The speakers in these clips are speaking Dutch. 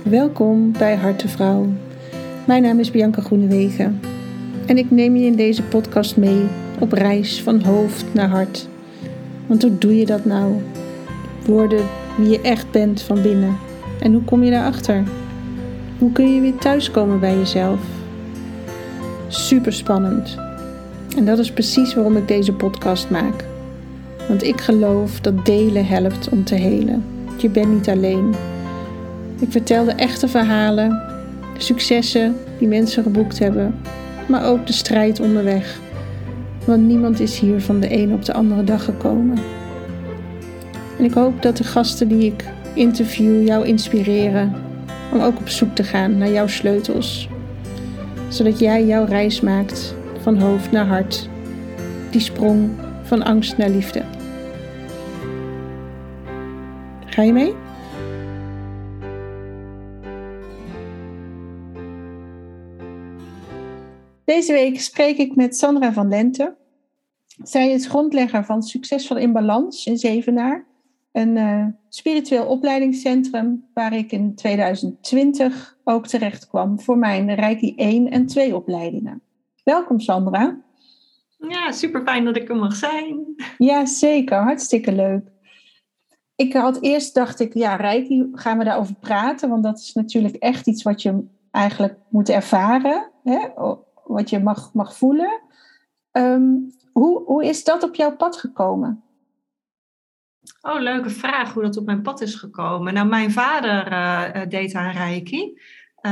Welkom bij Hartevrouw. Mijn naam is Bianca Groenewegen en ik neem je in deze podcast mee op reis van hoofd naar hart. Want hoe doe je dat nou? Worden wie je echt bent van binnen. En hoe kom je daarachter? Hoe kun je weer thuiskomen bij jezelf? Super spannend. En dat is precies waarom ik deze podcast maak. Want ik geloof dat delen helpt om te helen. Je bent niet alleen. Ik vertel de echte verhalen, de successen die mensen geboekt hebben, maar ook de strijd onderweg. Want niemand is hier van de ene op de andere dag gekomen. En ik hoop dat de gasten die ik interview jou inspireren om ook op zoek te gaan naar jouw sleutels. Zodat jij jouw reis maakt van hoofd naar hart. Die sprong van angst naar liefde. Ga je mee? Deze week spreek ik met Sandra van Lente. Zij is grondlegger van Succesvol in Balans in Zevenaar. Een spiritueel opleidingscentrum waar ik in 2020 ook terecht kwam voor mijn Reiki 1 en 2 opleidingen. Welkom Sandra. Ja, super fijn dat ik er mag zijn. Ja, zeker. Hartstikke leuk. Dacht ik, Reiki, gaan we daarover praten? Want dat is natuurlijk echt iets wat je eigenlijk moet ervaren. Hè? Wat je mag voelen. Hoe is dat op jouw pad gekomen? Oh, leuke vraag hoe dat op mijn pad is gekomen. Nou, mijn vader deed aan Reiki.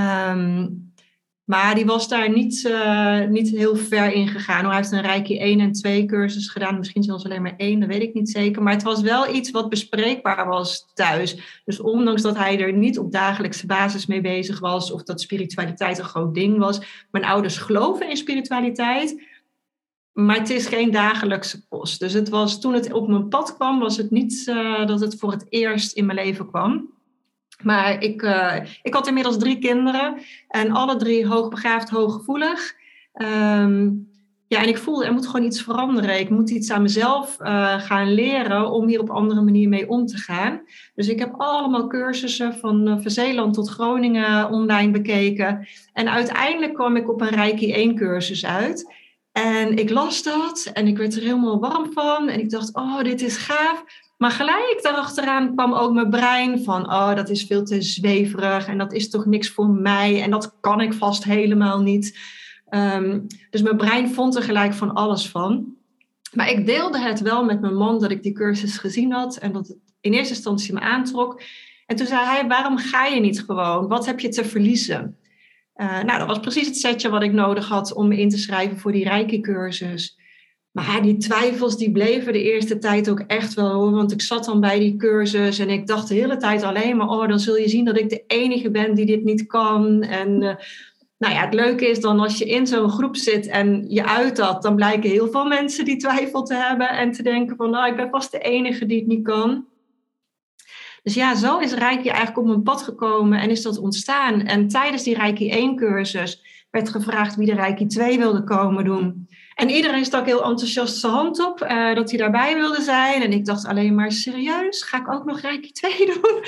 Maar die was daar niet heel ver in gegaan. Hij heeft een Reiki 1 en 2 cursus gedaan. Misschien zelfs alleen maar 1, dat weet ik niet zeker. Maar het was wel iets wat bespreekbaar was thuis. Dus ondanks dat hij er niet op dagelijkse basis mee bezig was, of dat spiritualiteit een groot ding was. Mijn ouders geloven in spiritualiteit, maar het is geen dagelijkse kost. Dus het was, toen het op mijn pad kwam, was het niet dat het voor het eerst in mijn leven kwam. Maar ik had inmiddels 3 kinderen. En alle 3 hoogbegaafd, hooggevoelig. En ik voelde, er moet gewoon iets veranderen. Ik moet iets aan mezelf gaan leren om hier op andere manier mee om te gaan. Dus ik heb allemaal cursussen van Zeeland tot Groningen online bekeken. En uiteindelijk kwam ik op een Reiki 1 cursus uit. En ik las dat en ik werd er helemaal warm van. En ik dacht, oh, dit is gaaf. Maar gelijk daarachteraan kwam ook mijn brein van, oh, dat is veel te zweverig en dat is toch niks voor mij en dat kan ik vast helemaal niet. Dus mijn brein vond er gelijk van alles van. Maar ik deelde het wel met mijn man dat ik die cursus gezien had en dat het in eerste instantie me aantrok. En toen zei hij, waarom ga je niet gewoon? Wat heb je te verliezen? Dat was precies het setje wat ik nodig had om me in te schrijven voor die Reiki-cursus. Maar die twijfels die bleven de eerste tijd ook echt wel hoor. Want ik zat dan bij die cursus en ik dacht de hele tijd alleen maar, oh, dan zul je zien dat ik de enige ben die dit niet kan. En het leuke is dan als je in zo'n groep zit en je uit dat, dan blijken heel veel mensen die twijfel te hebben en te denken van, ik ben vast de enige die het niet kan. Dus ja, zo is Reiki eigenlijk op mijn pad gekomen en is dat ontstaan. En tijdens die Reiki 1 cursus werd gevraagd wie de Reiki 2 wilde komen doen. En iedereen stak heel enthousiast zijn hand op dat hij daarbij wilde zijn. En ik dacht alleen maar, serieus? Ga ik ook nog Reiki 2 doen?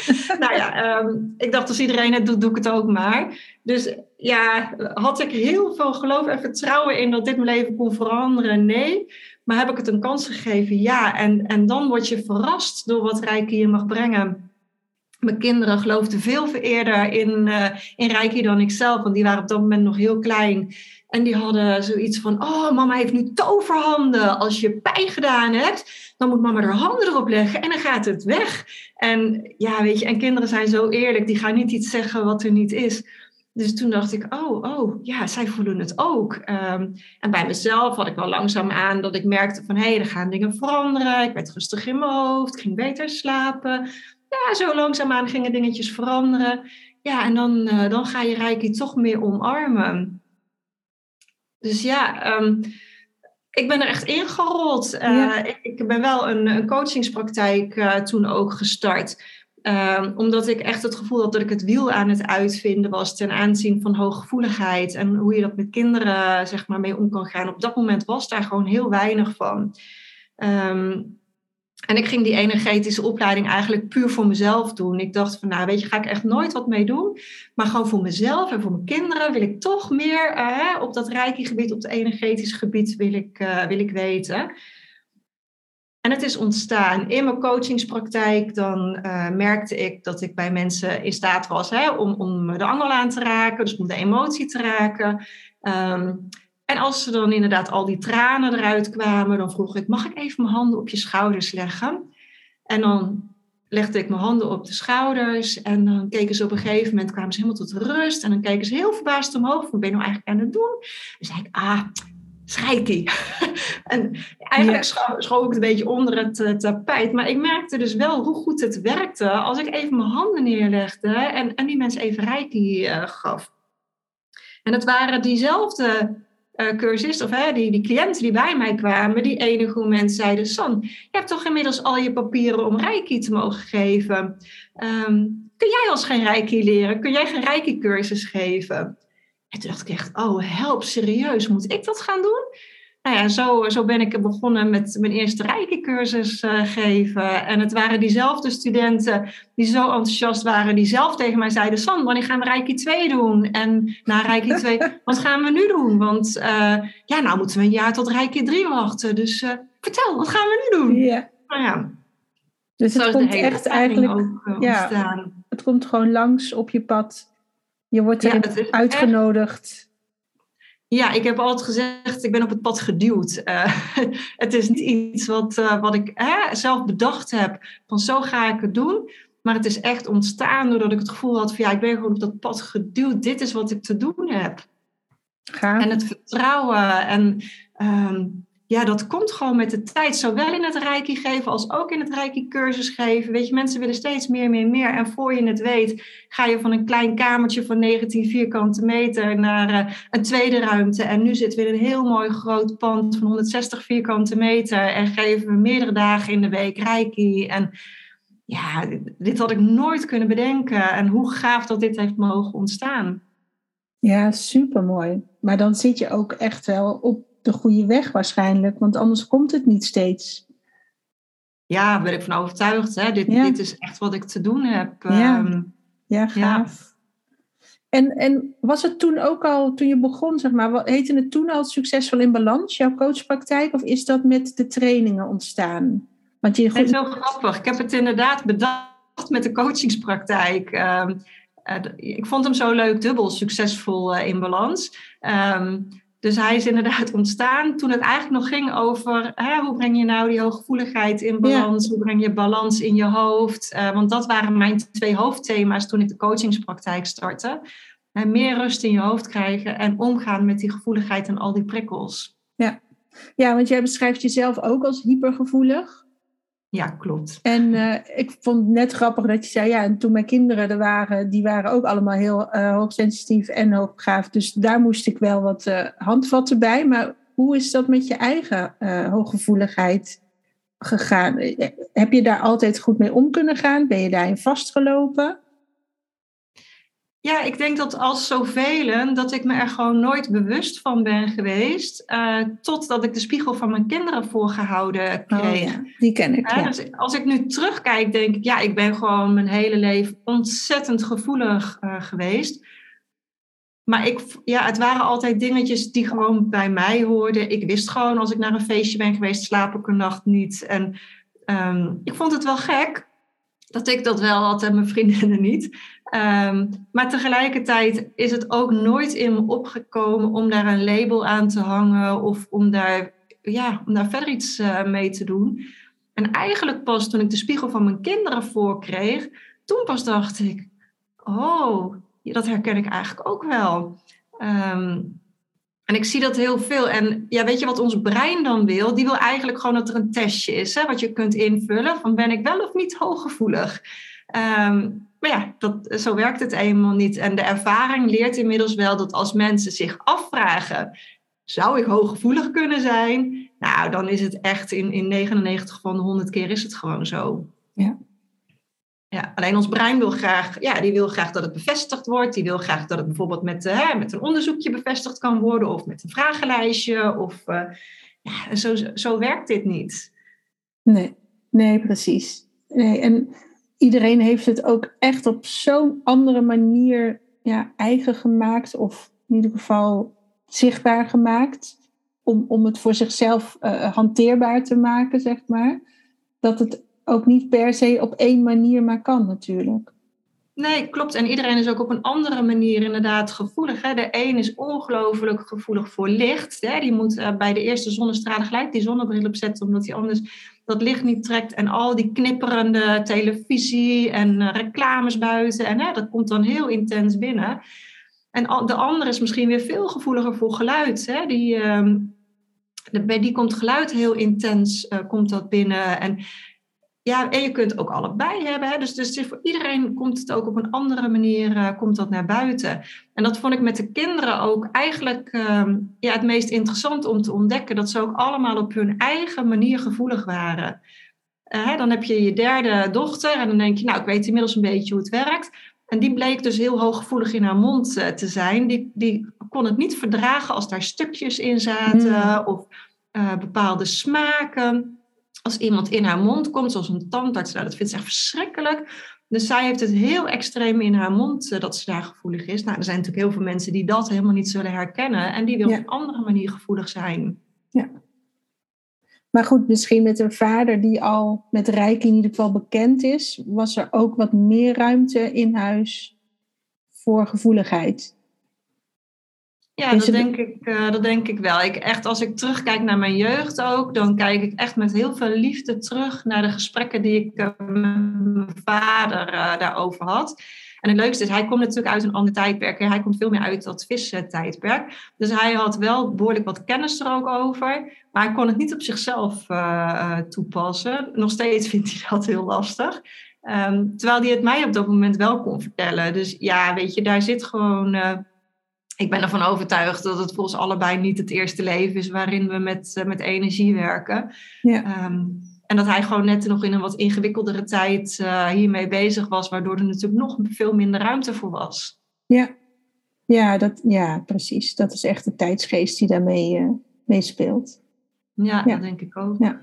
Ik dacht, als iedereen het doet, doe ik het ook maar. Dus ja, had ik heel veel geloof en vertrouwen in dat dit mijn leven kon veranderen? Nee. Maar heb ik het een kans gegeven? Ja. En dan word je verrast door wat Reiki je mag brengen. Mijn kinderen geloofden veel eerder in Reiki dan ik zelf. Want die waren op dat moment nog heel klein. En die hadden zoiets van, oh, mama heeft nu toverhanden. Als je pijn gedaan hebt, dan moet mama haar handen erop leggen en dan gaat het weg. En ja, weet je, en kinderen zijn zo eerlijk. Die gaan niet iets zeggen wat er niet is. Dus toen dacht ik, zij voelen het ook. En bij mezelf had ik wel langzaam aan dat ik merkte van, er gaan dingen veranderen. Ik werd rustig in mijn hoofd, ik ging beter slapen. Ja, zo langzaamaan gingen dingetjes veranderen. Ja, en dan ga je Reiki toch meer omarmen. Dus ik ben er echt ingerold. Ik ben wel een coachingspraktijk toen ook gestart. Omdat ik echt het gevoel had dat ik het wiel aan het uitvinden was ten aanzien van hooggevoeligheid. En hoe je dat met kinderen mee om kan gaan. Op dat moment was daar gewoon heel weinig van. En ik ging die energetische opleiding eigenlijk puur voor mezelf doen. Ik dacht van, nou weet je, ga ik echt nooit wat mee doen. Maar gewoon voor mezelf en voor mijn kinderen wil ik toch meer op dat Reiki-gebied, op het energetische gebied wil ik weten. En het is ontstaan. In mijn coachingspraktijk dan merkte ik dat ik bij mensen in staat was om de angel aan te raken. Dus om de emotie te raken. En als ze dan inderdaad al die tranen eruit kwamen, dan vroeg ik, mag ik even mijn handen op je schouders leggen? En dan legde ik mijn handen op de schouders en dan keken ze op een gegeven moment, kwamen ze helemaal tot rust. En dan keken ze heel verbaasd omhoog, wat ben je nou eigenlijk aan het doen? En zei ik, Reiki. En eigenlijk schoof ik het een beetje onder het tapijt. Maar ik merkte dus wel hoe goed het werkte als ik even mijn handen neerlegde en die mensen even Reiki gaf. En het waren diezelfde cursisten, of die cliënten die bij mij kwamen, die enige moment zeiden, San, je hebt toch inmiddels al je papieren om Reiki te mogen geven. Kun jij ons geen Reiki leren? Kun jij geen Reiki-cursus geven? En toen dacht ik echt, help, serieus, moet ik dat gaan doen? Nou ja, zo ben ik begonnen met mijn eerste Reiki-cursus geven. En het waren diezelfde studenten die zo enthousiast waren, die zelf tegen mij zeiden, San, wanneer gaan we Reiki 2 doen? En na Reiki 2, wat gaan we nu doen? Want nou moeten we een jaar tot Reiki 3 wachten. Dus vertel, wat gaan we nu doen? Ja. Nou ja, dus het komt echt eigenlijk ontstaan. Het komt gewoon langs op je pad. Je wordt erin uitgenodigd. Ja, ik heb altijd gezegd, ik ben op het pad geduwd. Het is niet iets wat ik zelf bedacht heb, van zo ga ik het doen. Maar het is echt ontstaan doordat ik het gevoel had van, ik ben gewoon op dat pad geduwd. Dit is wat ik te doen heb. Gaaf. En het vertrouwen en dat komt gewoon met de tijd. Zowel in het Reiki geven als ook in het Reiki cursus geven. Weet je, mensen willen steeds meer. En voor je het weet, ga je van een klein kamertje van 19 vierkante meter naar een tweede ruimte. En nu zitten we in een heel mooi groot pand van 160 vierkante meter. En geven we meerdere dagen in de week Reiki. En ja, dit had ik nooit kunnen bedenken. En hoe gaaf dat dit heeft mogen ontstaan. Ja, supermooi. Maar dan zit je ook echt wel op de goede weg waarschijnlijk, want anders komt het niet steeds. Ja, daar ben ik van overtuigd. Hè? Dit is echt wat ik te doen heb. Ja, gaaf. Ja. En was het toen ook al, toen je begon, zeg maar, heette het toen al Succesvol in Balans, jouw coachpraktijk, of is dat met de trainingen ontstaan? Want Het is heel grappig. Ik heb het inderdaad bedacht met de coachingspraktijk. Ik vond hem zo leuk, dubbel succesvol in balans. Dus hij is inderdaad ontstaan toen het eigenlijk nog ging over hoe breng je nou die hooggevoeligheid in balans? Ja. Hoe breng je balans in je hoofd? Want dat waren mijn 2 hoofdthema's toen ik de coachingspraktijk startte. Meer rust in je hoofd krijgen en omgaan met die gevoeligheid en al die prikkels. Ja, want jij beschrijft jezelf ook als hypergevoelig. Ja, klopt. En ik vond het net grappig dat je zei, en toen mijn kinderen er waren, die waren ook allemaal heel hoogsensitief en hoogbegaafd. Dus daar moest ik wel wat handvatten bij. Maar hoe is dat met je eigen hooggevoeligheid gegaan? Heb je daar altijd goed mee om kunnen gaan? Ben je daarin vastgelopen? Ja, ik denk dat als zoveel dat ik me er gewoon nooit bewust van ben geweest. Totdat ik de spiegel van mijn kinderen voorgehouden kreeg. Oh, ja. Die ken ik, ja. Dus als ik nu terugkijk, denk ik, ik ben gewoon mijn hele leven ontzettend gevoelig geweest. Maar het waren altijd dingetjes die gewoon bij mij hoorden. Ik wist gewoon, als ik naar een feestje ben geweest, slaap ik een nacht niet. En ik vond het wel gek dat ik dat wel had en mijn vriendinnen niet. Maar tegelijkertijd is het ook nooit in me opgekomen om daar een label aan te hangen of om daar verder iets mee te doen. En eigenlijk pas toen ik de spiegel van mijn kinderen voorkreeg, toen pas dacht ik, dat herken ik eigenlijk ook wel. En ik zie dat heel veel. En weet je wat ons brein dan wil? Die wil eigenlijk gewoon dat er een testje is, wat je kunt invullen. Van ben ik wel of niet hooggevoelig? Maar zo werkt het eenmaal niet. En de ervaring leert inmiddels wel dat als mensen zich afvragen, zou ik hooggevoelig kunnen zijn? Nou, dan is het echt in 99 van de 100 keer is het gewoon zo. Ja. Ja, alleen ons brein wil graag, die wil graag dat het bevestigd wordt. Die wil graag dat het bijvoorbeeld met een onderzoekje bevestigd kan worden of met een vragenlijstje. Zo werkt dit niet. Nee. Nee, precies. Nee, en iedereen heeft het ook echt op zo'n andere manier eigen gemaakt. Of in ieder geval zichtbaar gemaakt. Om het voor zichzelf hanteerbaar te maken, zeg maar. Dat het ook niet per se op één manier maar kan natuurlijk. Nee, klopt. En iedereen is ook op een andere manier inderdaad gevoelig. Hè? De een is ongelooflijk gevoelig voor licht. Hè? Die moet bij de eerste zonnestralen gelijk die zonnebril opzetten, omdat hij anders dat licht niet trekt. En al die knipperende televisie en reclames buiten. En dat komt dan heel intens binnen. En de andere is misschien weer veel gevoeliger voor geluid. Hè? Bij die komt geluid heel intens komt dat binnen. En je kunt ook allebei hebben. Hè? Dus voor iedereen komt het ook op een andere manier komt dat naar buiten. En dat vond ik met de kinderen ook eigenlijk het meest interessant om te ontdekken. Dat ze ook allemaal op hun eigen manier gevoelig waren. Dan heb je je derde dochter en dan denk je, ik weet inmiddels een beetje hoe het werkt. En die bleek dus heel hooggevoelig in haar mond te zijn. Die kon het niet verdragen als daar stukjes in zaten of bepaalde smaken. Als iemand in haar mond komt, zoals een tandarts, dat vindt ze echt verschrikkelijk. Dus zij heeft het heel extreem in haar mond dat ze daar gevoelig is. Er zijn natuurlijk heel veel mensen die dat helemaal niet zullen herkennen. En die weer op een andere manier gevoelig zijn. Ja. Maar goed, misschien met een vader die al met Reiki in ieder geval bekend is, was er ook wat meer ruimte in huis voor gevoeligheid. Ja, dat denk ik wel. Als ik terugkijk naar mijn jeugd ook, dan kijk ik echt met heel veel liefde terug naar de gesprekken die ik met mijn vader daarover had. En het leukste is, hij komt natuurlijk uit een ander tijdperk. Hij komt veel meer uit dat vistijdperk. Dus hij had wel behoorlijk wat kennis er ook over. Maar hij kon het niet op zichzelf toepassen. Nog steeds vindt hij dat heel lastig. Terwijl hij het mij op dat moment wel kon vertellen. Dus weet je, daar zit gewoon... Ik ben ervan overtuigd dat het voor ons allebei niet het eerste leven is waarin we met energie werken. Ja. En dat hij gewoon net nog in een wat ingewikkeldere tijd hiermee bezig was, waardoor er natuurlijk nog veel minder ruimte voor was. Ja, precies. Dat is echt de tijdsgeest die daarmee meespeelt. Ja, dat denk ik ook. Ja.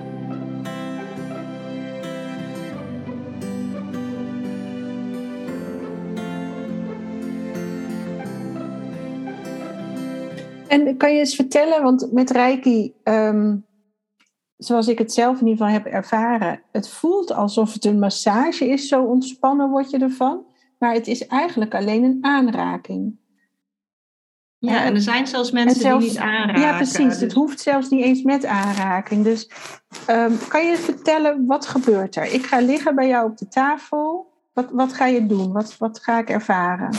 En kan je eens vertellen, want met Reiki, zoals ik het zelf in ieder geval heb ervaren, het voelt alsof het een massage is, zo ontspannen word je ervan, maar het is eigenlijk alleen een aanraking. Ja, en er zijn zelfs mensen die niet aanraken. Ja, precies. Het hoeft zelfs niet eens met aanraking. Dus kan je vertellen, wat gebeurt er? Ik ga liggen bij jou op de tafel. Wat ga je doen? Wat ga ik ervaren?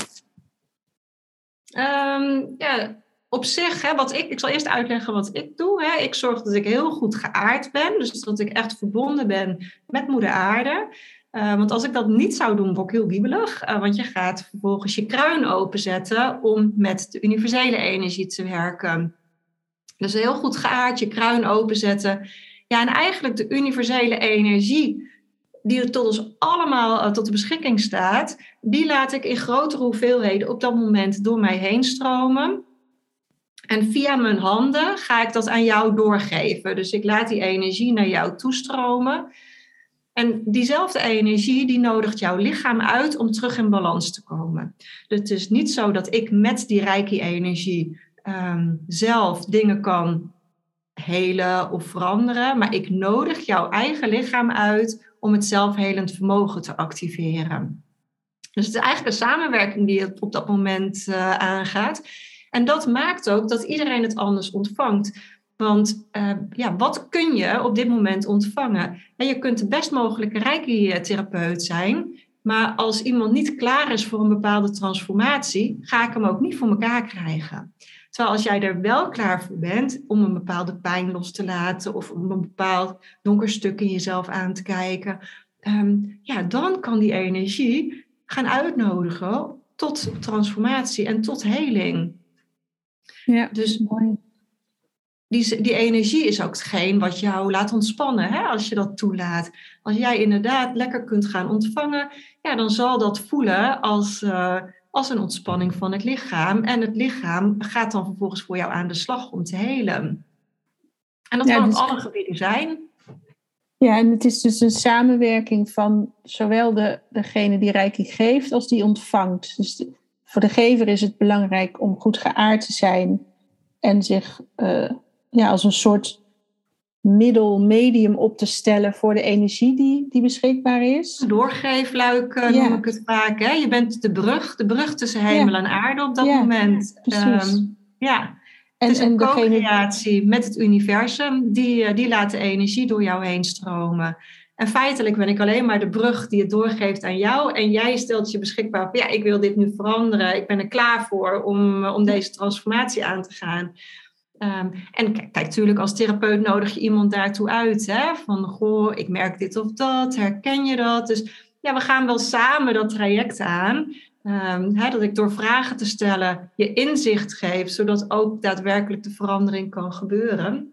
Op zich, ik zal eerst uitleggen wat ik doe. Ik zorg dat ik heel goed geaard ben. Dus dat ik echt verbonden ben met moeder aarde. Want als ik dat niet zou doen, word ik heel wiebelig. Want je gaat vervolgens je kruin openzetten om met de universele energie te werken. Dus heel goed geaard, je kruin openzetten. Ja, en eigenlijk de universele energie die tot ons allemaal tot de beschikking staat, die laat ik in grotere hoeveelheden op dat moment door mij heen stromen. En via mijn handen ga ik dat aan jou doorgeven. Dus ik laat die energie naar jou toestromen. En diezelfde energie die nodigt jouw lichaam uit om terug in balans te komen. Dus het is niet zo dat ik met die Reiki-energie zelf dingen kan helen of veranderen. Maar ik nodig jouw eigen lichaam uit om het zelfhelend vermogen te activeren. Dus het is eigenlijk een samenwerking die je op dat moment aangaat. En dat maakt ook dat iedereen het anders ontvangt. Want wat kun je op dit moment ontvangen? En je kunt de best mogelijke Reiki-therapeut zijn. Maar als iemand niet klaar is voor een bepaalde transformatie, ga ik hem ook niet voor elkaar krijgen. Terwijl als jij er wel klaar voor bent om een bepaalde pijn los te laten of om een bepaald donker stuk in jezelf aan te kijken, dan kan die energie gaan uitnodigen tot transformatie en tot heling. Ja, dus mooi. Die energie is ook hetgeen wat jou laat ontspannen, als je dat toelaat. Als jij inderdaad lekker kunt gaan ontvangen, dan zal dat voelen als een ontspanning van het lichaam. En het lichaam gaat dan vervolgens voor jou aan de slag om te helen. En dat kan op alle gebieden zijn. Ja, en het is dus een samenwerking van zowel degene die Reiki geeft als die ontvangt. Dus voor de gever is het belangrijk om goed geaard te zijn en zich als een soort medium op te stellen voor de energie die beschikbaar is. Doorgeefluik noem ik het vaak. Hè? Je bent de brug tussen hemel en aarde op dat moment. Precies. Het is een co-creatie met het universum. Die laat de energie door jou heen stromen. En feitelijk ben ik alleen maar de brug die het doorgeeft aan jou. En jij stelt je beschikbaar van, ik wil dit nu veranderen. Ik ben er klaar voor om deze transformatie aan te gaan. En kijk, natuurlijk als therapeut nodig je iemand daartoe uit. Hè? Van, goh, ik merk dit of dat. Herken je dat? Dus we gaan wel samen dat traject aan. Dat ik door vragen te stellen je inzicht geef, zodat ook daadwerkelijk de verandering kan gebeuren.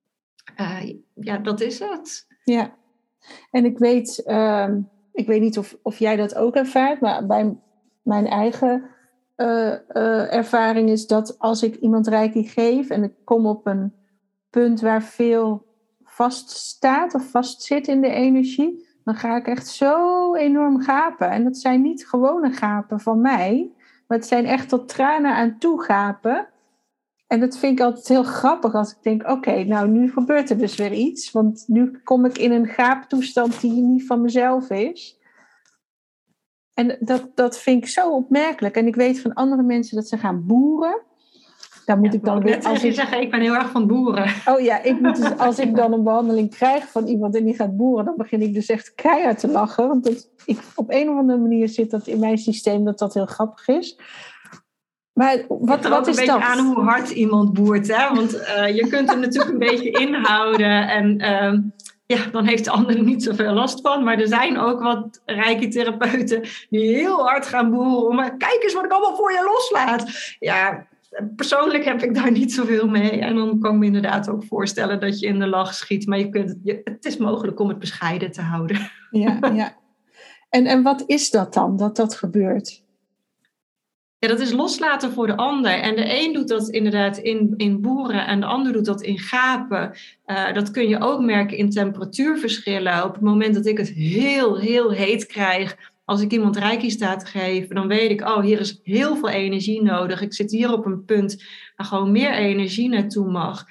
Dat is het. Ja, en ik weet niet of jij dat ook ervaart, maar bij mijn eigen ervaring is dat als ik iemand Reiki geef en ik kom op een punt waar veel vaststaat of vastzit in de energie, dan ga ik echt zo enorm gapen. En dat zijn niet gewone gapen van mij, maar het zijn echt tot tranen aan toe gapen. En dat vind ik altijd heel grappig als ik denk, oké, nou nu gebeurt er dus weer iets. Want nu kom ik in een gaaptoestand die niet van mezelf is. En dat vind ik zo opmerkelijk. En ik weet van andere mensen dat ze gaan boeren. Daar moet ik dan weer. Als ik zeggen, ik ben heel erg van boeren. Oh ja, als ik dan een behandeling krijg van iemand en die gaat boeren, dan begin ik dus echt keihard te lachen. Want op een of andere manier zit dat in mijn systeem dat heel grappig is. Maar wat is dat? Een beetje aan hoe hard iemand boert, hè? Want je kunt hem natuurlijk een beetje inhouden en dan heeft de ander er niet zoveel last van. Maar er zijn ook wat Reiki-therapeuten die heel hard gaan boeren. Kijk eens wat ik allemaal voor je loslaat. Ja, persoonlijk heb ik daar niet zoveel mee. En dan kan ik me inderdaad ook voorstellen dat je in de lach schiet. Maar het is mogelijk om het bescheiden te houden. Ja. En wat is dat dan, dat gebeurt? Ja, dat is loslaten voor de ander. En de een doet dat inderdaad in boeren en de ander doet dat in gapen. Dat kun je ook merken in temperatuurverschillen. Op het moment dat ik het heel, heel heet krijg, als ik iemand Reiki sta te geven, dan weet ik, hier is heel veel energie nodig. Ik zit hier op een punt waar gewoon meer energie naartoe mag.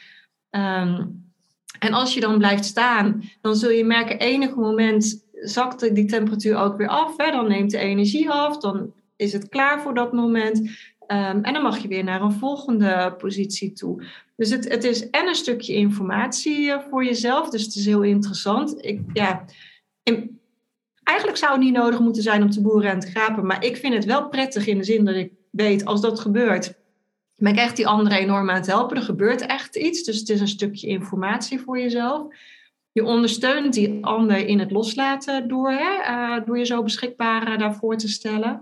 En als je dan blijft staan, dan zul je merken, enig moment zakt die temperatuur ook weer af. Hè? Dan neemt de energie af, dan is het klaar voor dat moment. En dan mag je weer naar een volgende positie toe. Dus het is en een stukje informatie voor jezelf. Dus het is heel interessant. Eigenlijk zou het niet nodig moeten zijn om te boeren en te gapen. Maar ik vind het wel prettig in de zin dat ik weet, als dat gebeurt, ben ik echt die anderen enorm aan het helpen. Er gebeurt echt iets. Dus het is een stukje informatie voor jezelf. Je ondersteunt die ander in het loslaten door je zo beschikbaar daarvoor te stellen.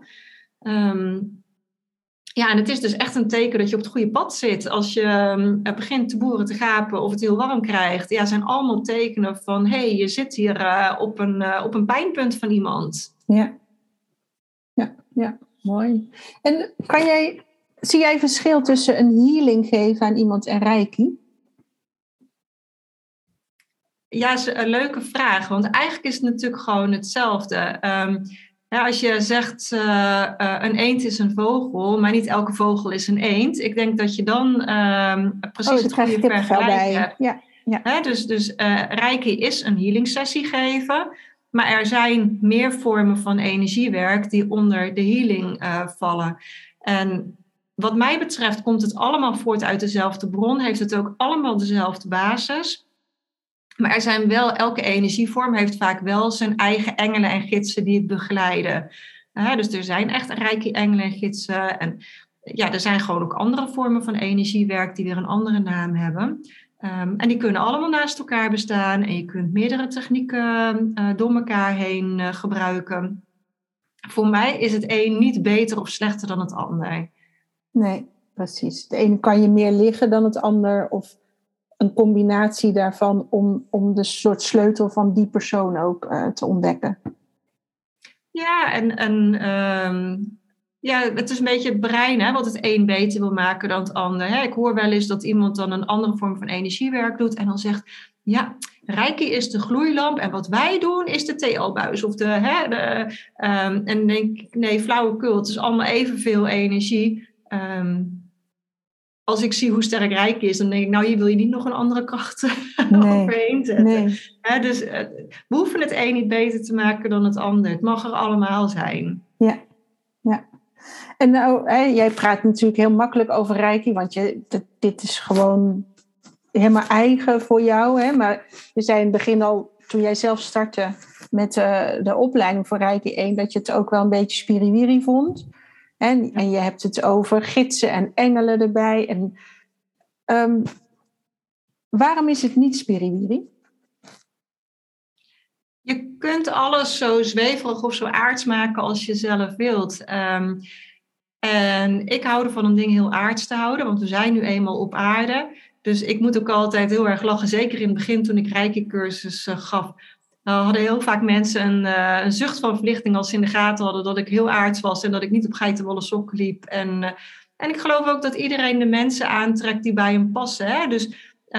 En het is dus echt een teken dat je op het goede pad zit. Als je begint te boeren, te gapen of het heel warm krijgt. Zijn allemaal tekenen van, je zit hier op een pijnpunt van iemand. Ja, mooi. En zie jij verschil tussen een healing geven aan iemand en Reiki? Ja, is een leuke vraag. Want eigenlijk is het natuurlijk gewoon hetzelfde. Als je zegt, een eend is een vogel, maar niet elke vogel is een eend. Ik denk dat je dan precies het goede vergelijk hebt. Ja. Dus Reiki is een healing sessie geven. Maar er zijn meer vormen van energiewerk die onder de healing vallen. En wat mij betreft komt het allemaal voort uit dezelfde bron. Heeft het ook allemaal dezelfde basis. Maar er zijn wel, elke energievorm heeft vaak wel zijn eigen engelen en gidsen die het begeleiden. Dus er zijn echt Reiki-engelen en gidsen. En er zijn gewoon ook andere vormen van energiewerk die weer een andere naam hebben. En die kunnen allemaal naast elkaar bestaan. En je kunt meerdere technieken door elkaar heen gebruiken. Voor mij is het een niet beter of slechter dan het ander. Nee, precies. De ene kan je meer liggen dan het ander of een combinatie daarvan om de soort sleutel van die persoon ook te ontdekken. Ja, het is een beetje het brein, wat het een beter wil maken dan het ander. Ik hoor wel eens dat iemand dan een andere vorm van energiewerk doet en dan zegt, Reiki is de gloeilamp en wat wij doen is de TL-buis. Of en dan denk ik, nee, flauwekul, het is allemaal evenveel energie. Als ik zie hoe sterk Reiki is, dan denk ik, nou, hier wil je niet nog een andere kracht overheen zetten. Nee. Dus we hoeven het een niet beter te maken dan het ander. Het mag er allemaal zijn. Ja. En nou, jij praat natuurlijk heel makkelijk over Reiki, want dit is gewoon helemaal eigen voor jou. Hè? Maar je zei in het begin al, toen jij zelf startte met de opleiding voor Reiki 1, dat je het ook wel een beetje spiriwiri vond. En je hebt het over gidsen en engelen erbij. En waarom is het niet spiriwiri? Je kunt alles zo zweverig of zo aards maken als je zelf wilt. En ik hou ervan om dingen heel aards te houden, want we zijn nu eenmaal op aarde. Dus ik moet ook altijd heel erg lachen. Zeker in het begin toen ik Reiki-cursus gaf. Hadden heel vaak mensen een zucht van verlichting als ze in de gaten hadden dat ik heel aards was en dat ik niet op geitenwolle sokken liep. En ik geloof ook dat iedereen de mensen aantrekt die bij hem passen. Hè? Dus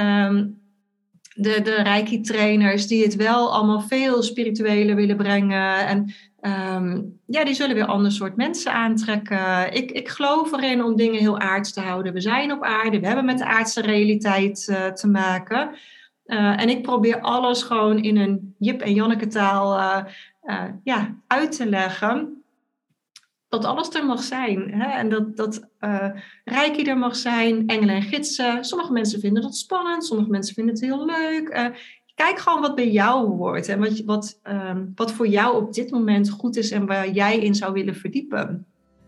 de Reiki-trainers die het wel allemaal veel spiritueler willen brengen. En die zullen weer ander soort mensen aantrekken. Ik geloof erin om dingen heel aards te houden. We zijn op aarde, we hebben met de aardse realiteit te maken. En ik probeer alles gewoon in een Jip en Janneke taal uit te leggen. Dat alles er mag zijn. Hè? En dat Reiki er mag zijn, engelen en gidsen. Sommige mensen vinden dat spannend, sommige mensen vinden het heel leuk. Kijk gewoon wat bij jou hoort. En wat voor jou op dit moment goed is en waar jij in zou willen verdiepen.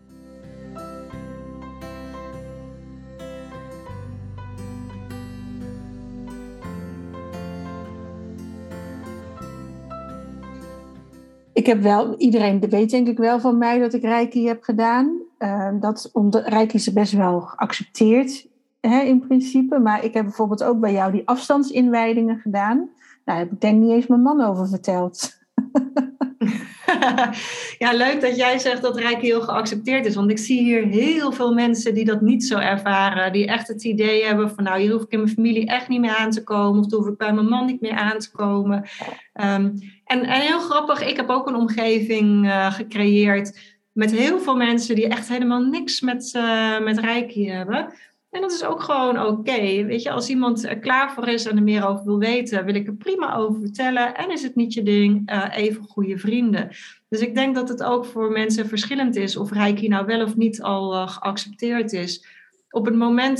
Ik heb iedereen weet denk ik wel van mij dat ik Reiki heb gedaan. Reiki is best wel geaccepteerd in principe. Maar ik heb bijvoorbeeld ook bij jou die afstandsinwijdingen gedaan. Nou, daar heb ik denk niet eens mijn man over verteld. Ja, leuk dat jij zegt dat Reiki heel geaccepteerd is. Want ik zie hier heel veel mensen die dat niet zo ervaren. Die echt het idee hebben van nou, hier hoef ik in mijn familie echt niet meer aan te komen. Of daar hoef ik bij mijn man niet meer aan te komen. En heel grappig, ik heb ook een omgeving gecreëerd met heel veel mensen die echt helemaal niks met Reiki hebben. En dat is ook gewoon oké. Weet je, als iemand er klaar voor is en er meer over wil weten, wil ik er prima over vertellen. En is het niet je ding, even goede vrienden. Dus ik denk dat het ook voor mensen verschillend is of Reiki nou wel of niet al geaccepteerd is. Op het moment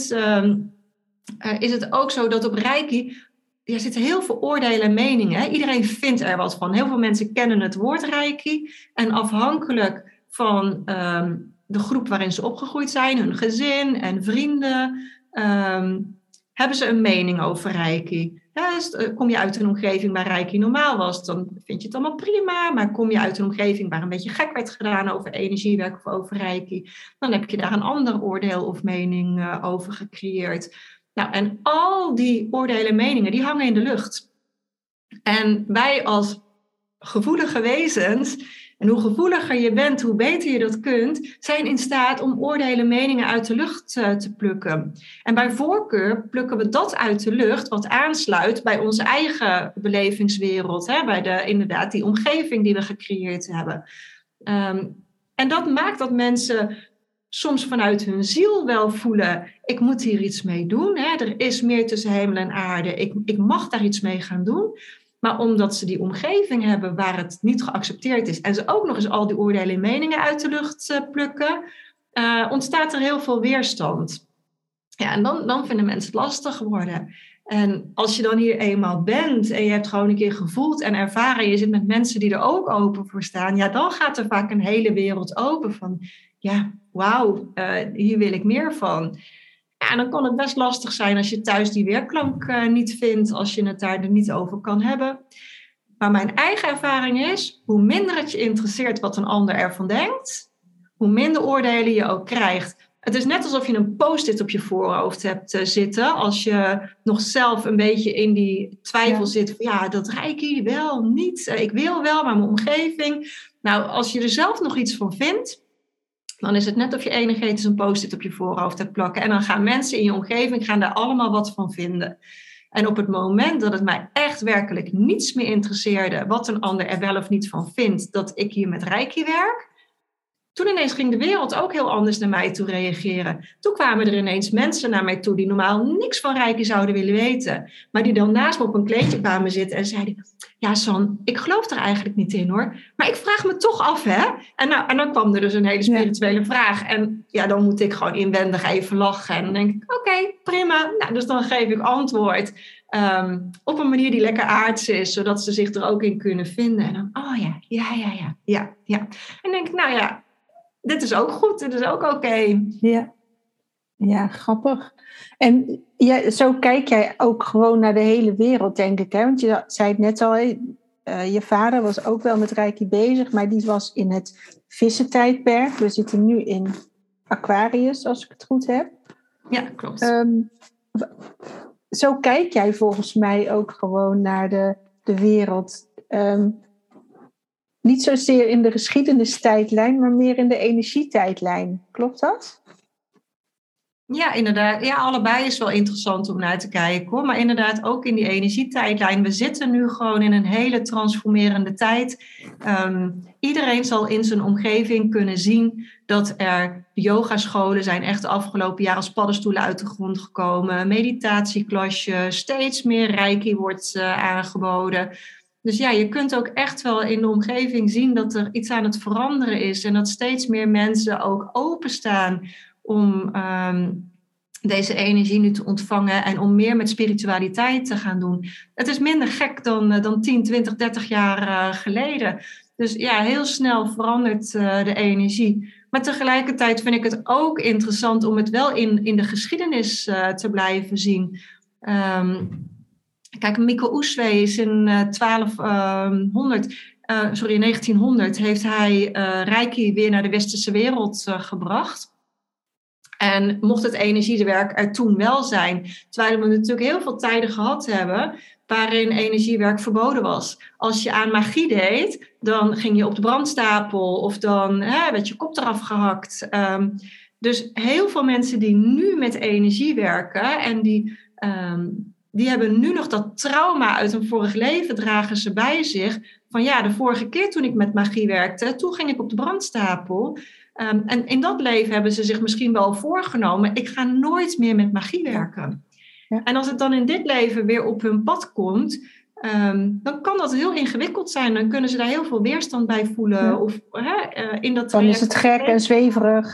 is het ook zo dat op Reiki er zitten heel veel oordelen en meningen. Hè? Iedereen vindt er wat van. Heel veel mensen kennen het woord Reiki. En afhankelijk van de groep waarin ze opgegroeid zijn, hun gezin en vrienden, hebben ze een mening over Reiki. Ja, dus, kom je uit een omgeving waar Reiki normaal was, dan vind je het allemaal prima. Maar kom je uit een omgeving waar een beetje gek werd gedaan over energiewerk of over Reiki, dan heb je daar een ander oordeel of mening over gecreëerd. Nou, en al die oordelen en meningen, die hangen in de lucht. En wij als gevoelige wezens, en hoe gevoeliger je bent, hoe beter je dat kunt, zijn in staat om oordelen en meningen uit de lucht te plukken. En bij voorkeur plukken we dat uit de lucht wat aansluit bij onze eigen belevingswereld. Hè? Bij inderdaad die omgeving die we gecreëerd hebben. En dat maakt dat mensen soms vanuit hun ziel wel voelen, ik moet hier iets mee doen. Hè? Er is meer tussen hemel en aarde. Ik mag daar iets mee gaan doen. Maar omdat ze die omgeving hebben waar het niet geaccepteerd is en ze ook nog eens al die oordelen en meningen uit de lucht plukken, ontstaat er heel veel weerstand. Ja, en dan vinden mensen het lastig worden. En als je dan hier eenmaal bent en je hebt gewoon een keer gevoeld en ervaren, je zit met mensen die er ook open voor staan, ja, dan gaat er vaak een hele wereld open van, ja, wauw, hier wil ik meer van. Ja, en dan kan het best lastig zijn als je thuis die weerklank niet vindt, als je het daar niet over kan hebben. Maar mijn eigen ervaring is, hoe minder het je interesseert wat een ander ervan denkt, hoe minder oordelen je ook krijgt. Het is net alsof je een post-it op je voorhoofd hebt zitten, als je nog zelf een beetje in die twijfel zit van ja, dat Reiki wel, niet, ik wil wel, maar mijn omgeving. Nou, als je er zelf nog iets van vindt, dan is het net of je energetisch een post-it op je voorhoofd hebt plakken. En dan gaan mensen in je omgeving daar allemaal wat van vinden. En op het moment dat het mij echt werkelijk niets meer interesseerde, wat een ander er wel of niet van vindt, dat ik hier met Reiki werk, toen ineens ging de wereld ook heel anders naar mij toe reageren. Toen kwamen er ineens mensen naar mij toe die normaal niks van Reiki zouden willen weten. Maar die dan naast me op een kleedje kwamen zitten en zeiden, ja San, ik geloof er eigenlijk niet in hoor. Maar ik vraag me toch af hè. En dan kwam er dus een hele spirituele vraag. En ja, dan moet ik gewoon inwendig even lachen. En dan denk ik, oké, prima. Nou, dus dan geef ik antwoord. Op een manier die lekker aards is, zodat ze zich er ook in kunnen vinden. En dan, oh ja. En dan denk ik, nou ja, dit is ook goed, dit is ook oké. Ja, grappig. En zo kijk jij ook gewoon naar de hele wereld, denk ik. Hè? Want je zei het net al, je vader was ook wel met Reiki bezig, maar die was in het vissentijdperk. We zitten nu in Aquarius, als ik het goed heb. Ja, klopt. Zo kijk jij volgens mij ook gewoon naar de wereld. Niet zozeer in de geschiedenistijdlijn, maar meer in de energietijdlijn. Klopt dat? Ja, inderdaad. Ja, allebei is wel interessant om naar te kijken hoor. Maar inderdaad ook in die energietijdlijn. We zitten nu gewoon in een hele transformerende tijd. Iedereen zal in zijn omgeving kunnen zien dat er yogascholen zijn echt de afgelopen jaren als paddenstoelen uit de grond gekomen. Meditatieklasjes, steeds meer Reiki wordt aangeboden. Dus ja, je kunt ook echt wel in de omgeving zien dat er iets aan het veranderen is. En dat steeds meer mensen ook openstaan om deze energie nu te ontvangen en om meer met spiritualiteit te gaan doen. Het is minder gek dan 10, 20, 30 jaar geleden. Dus ja, heel snel verandert de energie. Maar tegelijkertijd vind ik het ook interessant om het wel in de geschiedenis te blijven zien. Kijk, Miko Usui is in 1900 heeft hij Reiki weer naar de westerse wereld gebracht. En mocht het energiewerk er toen wel zijn, terwijl we natuurlijk heel veel tijden gehad hebben waarin energiewerk verboden was. Als je aan magie deed, dan ging je op de brandstapel of dan werd je kop eraf gehakt. Dus heel veel mensen die nu met energie werken en die hebben nu nog dat trauma uit een vorig leven, dragen ze bij zich. Van ja, de vorige keer toen ik met magie werkte, toen ging ik op de brandstapel. En in dat leven hebben ze zich misschien wel voorgenomen, ik ga nooit meer met magie werken. Ja. En als het dan in dit leven weer op hun pad komt, dan kan dat heel ingewikkeld zijn. Dan kunnen ze daar heel veel weerstand bij voelen. Ja. Of, in dat dan is het gek en zweverig.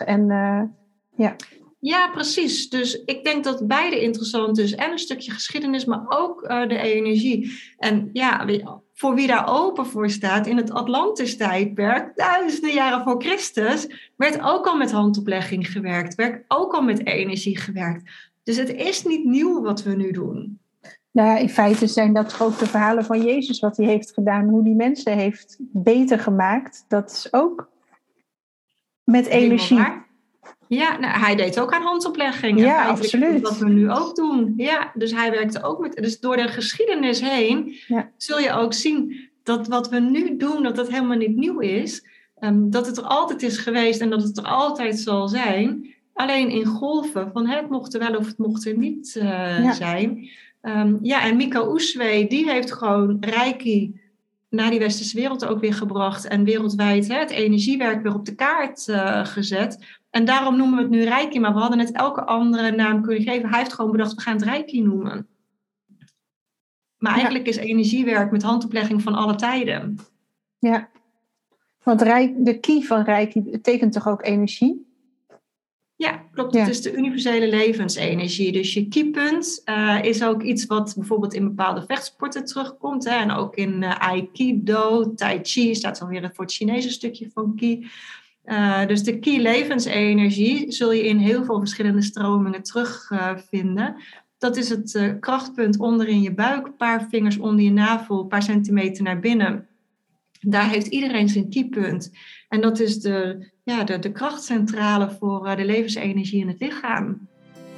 Ja, precies. Dus ik denk dat beide interessant is. En een stukje geschiedenis, maar ook de energie. En ja, voor wie daar open voor staat, in het Atlantis-tijdperk, duizenden jaren voor Christus, werd ook al met handoplegging gewerkt. Werd ook al met energie gewerkt. Dus het is niet nieuw wat we nu doen. Nou, in feite zijn dat ook de verhalen van Jezus, wat hij heeft gedaan, hoe die mensen heeft beter gemaakt. Dat is ook met energie. Ja, nou, hij deed ook aan handoplegging. Ja, absoluut. Wat we nu ook doen. Ja, dus hij werkte ook met. Dus door de geschiedenis heen zul je ook zien dat wat we nu doen, dat dat helemaal niet nieuw is. Dat het er altijd is geweest en dat het er altijd zal zijn. Alleen in golven van het mocht er wel of het mocht er niet zijn. En Miko Usui, die heeft gewoon Reiki naar die westerse wereld ook weer gebracht. En wereldwijd het energiewerk weer op de kaart gezet. En daarom noemen we het nu Reiki, maar we hadden het elke andere naam kunnen geven. Hij heeft gewoon bedacht, we gaan het Reiki noemen. Maar eigenlijk is energiewerk met handoplegging van alle tijden. Ja, want de key van Reiki betekent toch ook energie? Ja, klopt. Ja. Het is de universele levensenergie. Dus je keypunt is ook iets wat bijvoorbeeld in bepaalde vechtsporten terugkomt. Hè? En ook in Aikido, Tai Chi staat dan weer voor het Chinese stukje van ki. Dus de key levensenergie zul je in heel veel verschillende stromingen terugvinden. Dat is het krachtpunt onder in je buik, een paar vingers onder je navel, een paar centimeter naar binnen. Daar heeft iedereen zijn keypunt. En dat is de krachtcentrale voor de levensenergie in het lichaam.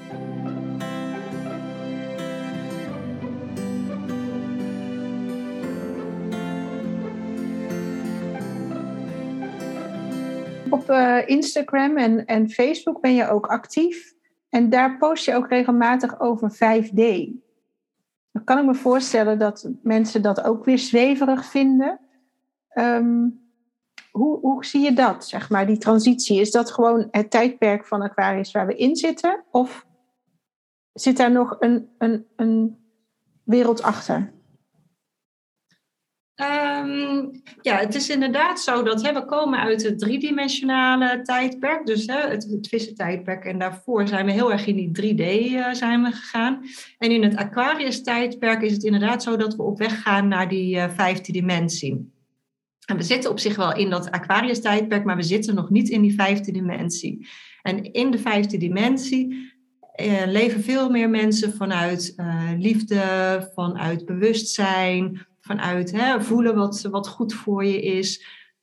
Op Instagram en Facebook ben je ook actief. En daar post je ook regelmatig over 5D. Dan kan ik me voorstellen dat mensen dat ook weer zweverig vinden. Hoe zie je dat, zeg maar, die transitie? Is dat gewoon het tijdperk van Aquarius waar we in zitten? Of zit daar nog een wereld achter? Het is inderdaad zo dat we komen uit het driedimensionale tijdperk. Dus het vissentijdperk. En daarvoor zijn we heel erg in die 3D zijn we gegaan. En in het Aquarius tijdperk is het inderdaad zo dat we op weg gaan naar die vijfde dimensie. En we zitten op zich wel in dat Aquarius tijdperk, maar we zitten nog niet in die vijfde dimensie. En in de vijfde dimensie leven veel meer mensen vanuit liefde, vanuit bewustzijn, vanuit voelen wat goed voor je is.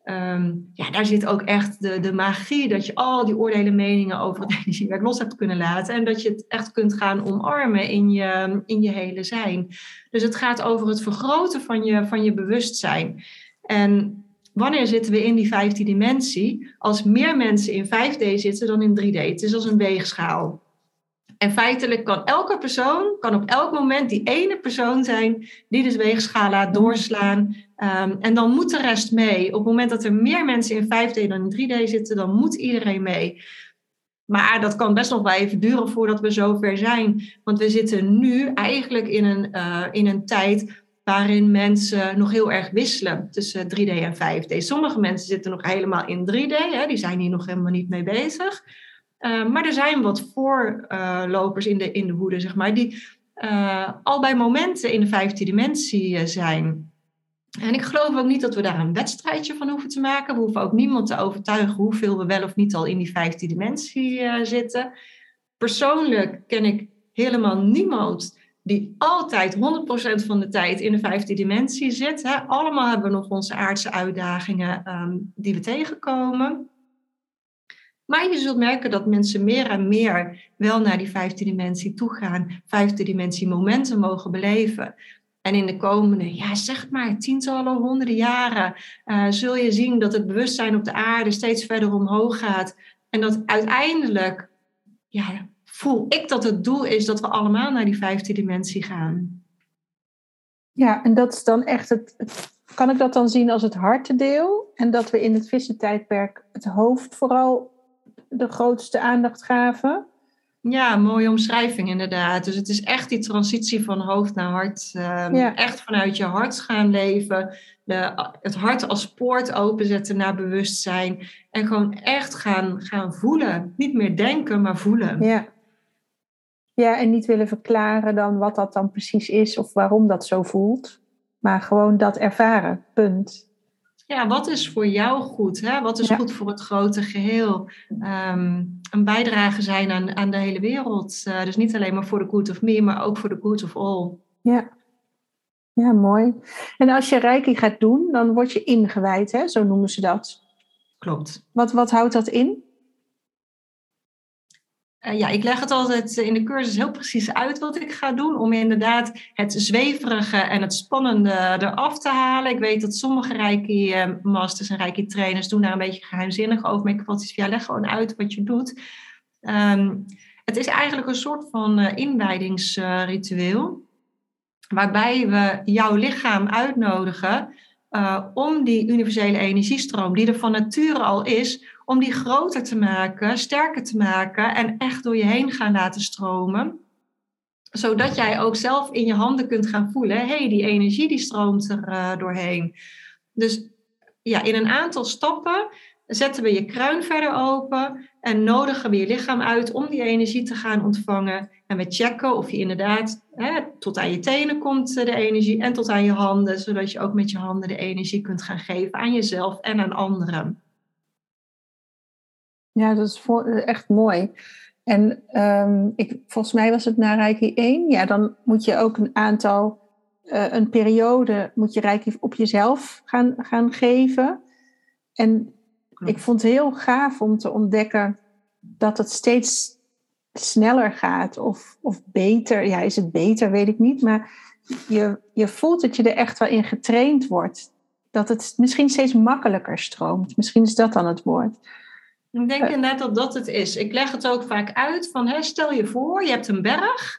Daar zit ook echt de magie dat je al die oordelen meningen over het energiewerk los hebt kunnen laten. En dat je het echt kunt gaan omarmen in je hele zijn. Dus het gaat over het vergroten van je bewustzijn. En wanneer zitten we in die vijfde dimensie? Als meer mensen in 5D zitten dan in 3D. Het is als een weegschaal. En feitelijk kan elke persoon, kan op elk moment die ene persoon zijn die de weegschaal laat doorslaan. En dan moet de rest mee. Op het moment dat er meer mensen in 5D dan in 3D zitten, dan moet iedereen mee. Maar dat kan best nog wel even duren voordat we zover zijn. Want we zitten nu eigenlijk in een tijd waarin mensen nog heel erg wisselen tussen 3D en 5D. Sommige mensen zitten nog helemaal in 3D, die zijn hier nog helemaal niet mee bezig. Maar er zijn wat voorlopers in de hoede, zeg maar, die al bij momenten in de vijfde dimensie zijn. En ik geloof ook niet dat we daar een wedstrijdje van hoeven te maken. We hoeven ook niemand te overtuigen hoeveel we wel of niet al in die vijfde dimensie zitten. Persoonlijk ken ik helemaal niemand die altijd 100% van de tijd in de vijfde dimensie zit. Allemaal hebben we nog onze aardse uitdagingen die we tegenkomen. Maar je zult merken dat mensen meer en meer wel naar die vijfde dimensie toe gaan. Vijfde dimensie momenten mogen beleven. En in de komende, zeg maar, tientallen, honderden jaren zul je zien dat het bewustzijn op de aarde steeds verder omhoog gaat. En dat uiteindelijk, voel ik dat het doel is dat we allemaal naar die vijfde dimensie gaan. Ja, en dat is dan echt kan ik dat dan zien als het hartendeel? En dat we in het vissentijdperk het hoofd vooral de grootste aandacht gaven? Ja, mooie omschrijving inderdaad. Dus het is echt die transitie van hoofd naar hart. Echt vanuit je hart gaan leven. Het hart als poort openzetten naar bewustzijn. En gewoon echt gaan voelen. Niet meer denken, maar voelen. Ja, en niet willen verklaren dan wat dat dan precies is of waarom dat zo voelt. Maar gewoon dat ervaren, punt. Ja, wat is voor jou goed? Wat is goed voor het grote geheel? Een bijdrage zijn aan de hele wereld. Dus niet alleen maar voor the good of me, maar ook voor the good of all. Ja, mooi. En als je Reiki gaat doen, dan word je ingewijd, zo noemen ze dat. Klopt. Wat houdt dat in? Ik leg het altijd in de cursus heel precies uit wat ik ga doen. Om inderdaad het zweverige en het spannende eraf te halen. Ik weet dat sommige Reiki-masters en Reiki-trainers doen daar een beetje geheimzinnig over. Maar ik had leg gewoon uit wat je doet. Het is eigenlijk een soort van inwijdingsritueel. Waarbij we jouw lichaam uitnodigen om die universele energiestroom die er van nature al is, om die groter te maken, sterker te maken en echt door je heen gaan laten stromen. Zodat jij ook zelf in je handen kunt gaan voelen, die energie die stroomt er doorheen. Dus in een aantal stappen zetten we je kruin verder open en nodigen we je lichaam uit om die energie te gaan ontvangen. En we checken of je inderdaad tot aan je tenen komt de energie en tot aan je handen, zodat je ook met je handen de energie kunt gaan geven aan jezelf en aan anderen. Ja, dat is echt mooi. En volgens mij was het na Reiki 1. Ja, dan moet je ook een periode moet je Reiki op jezelf gaan geven. En ik vond het heel gaaf om te ontdekken dat het steeds sneller gaat of beter. Ja, is het beter, weet ik niet. Maar je voelt dat je er echt wel in getraind wordt. Dat het misschien steeds makkelijker stroomt. Misschien is dat dan het woord. Ik denk inderdaad dat het is. Ik leg het ook vaak uit van, stel je voor, je hebt een berg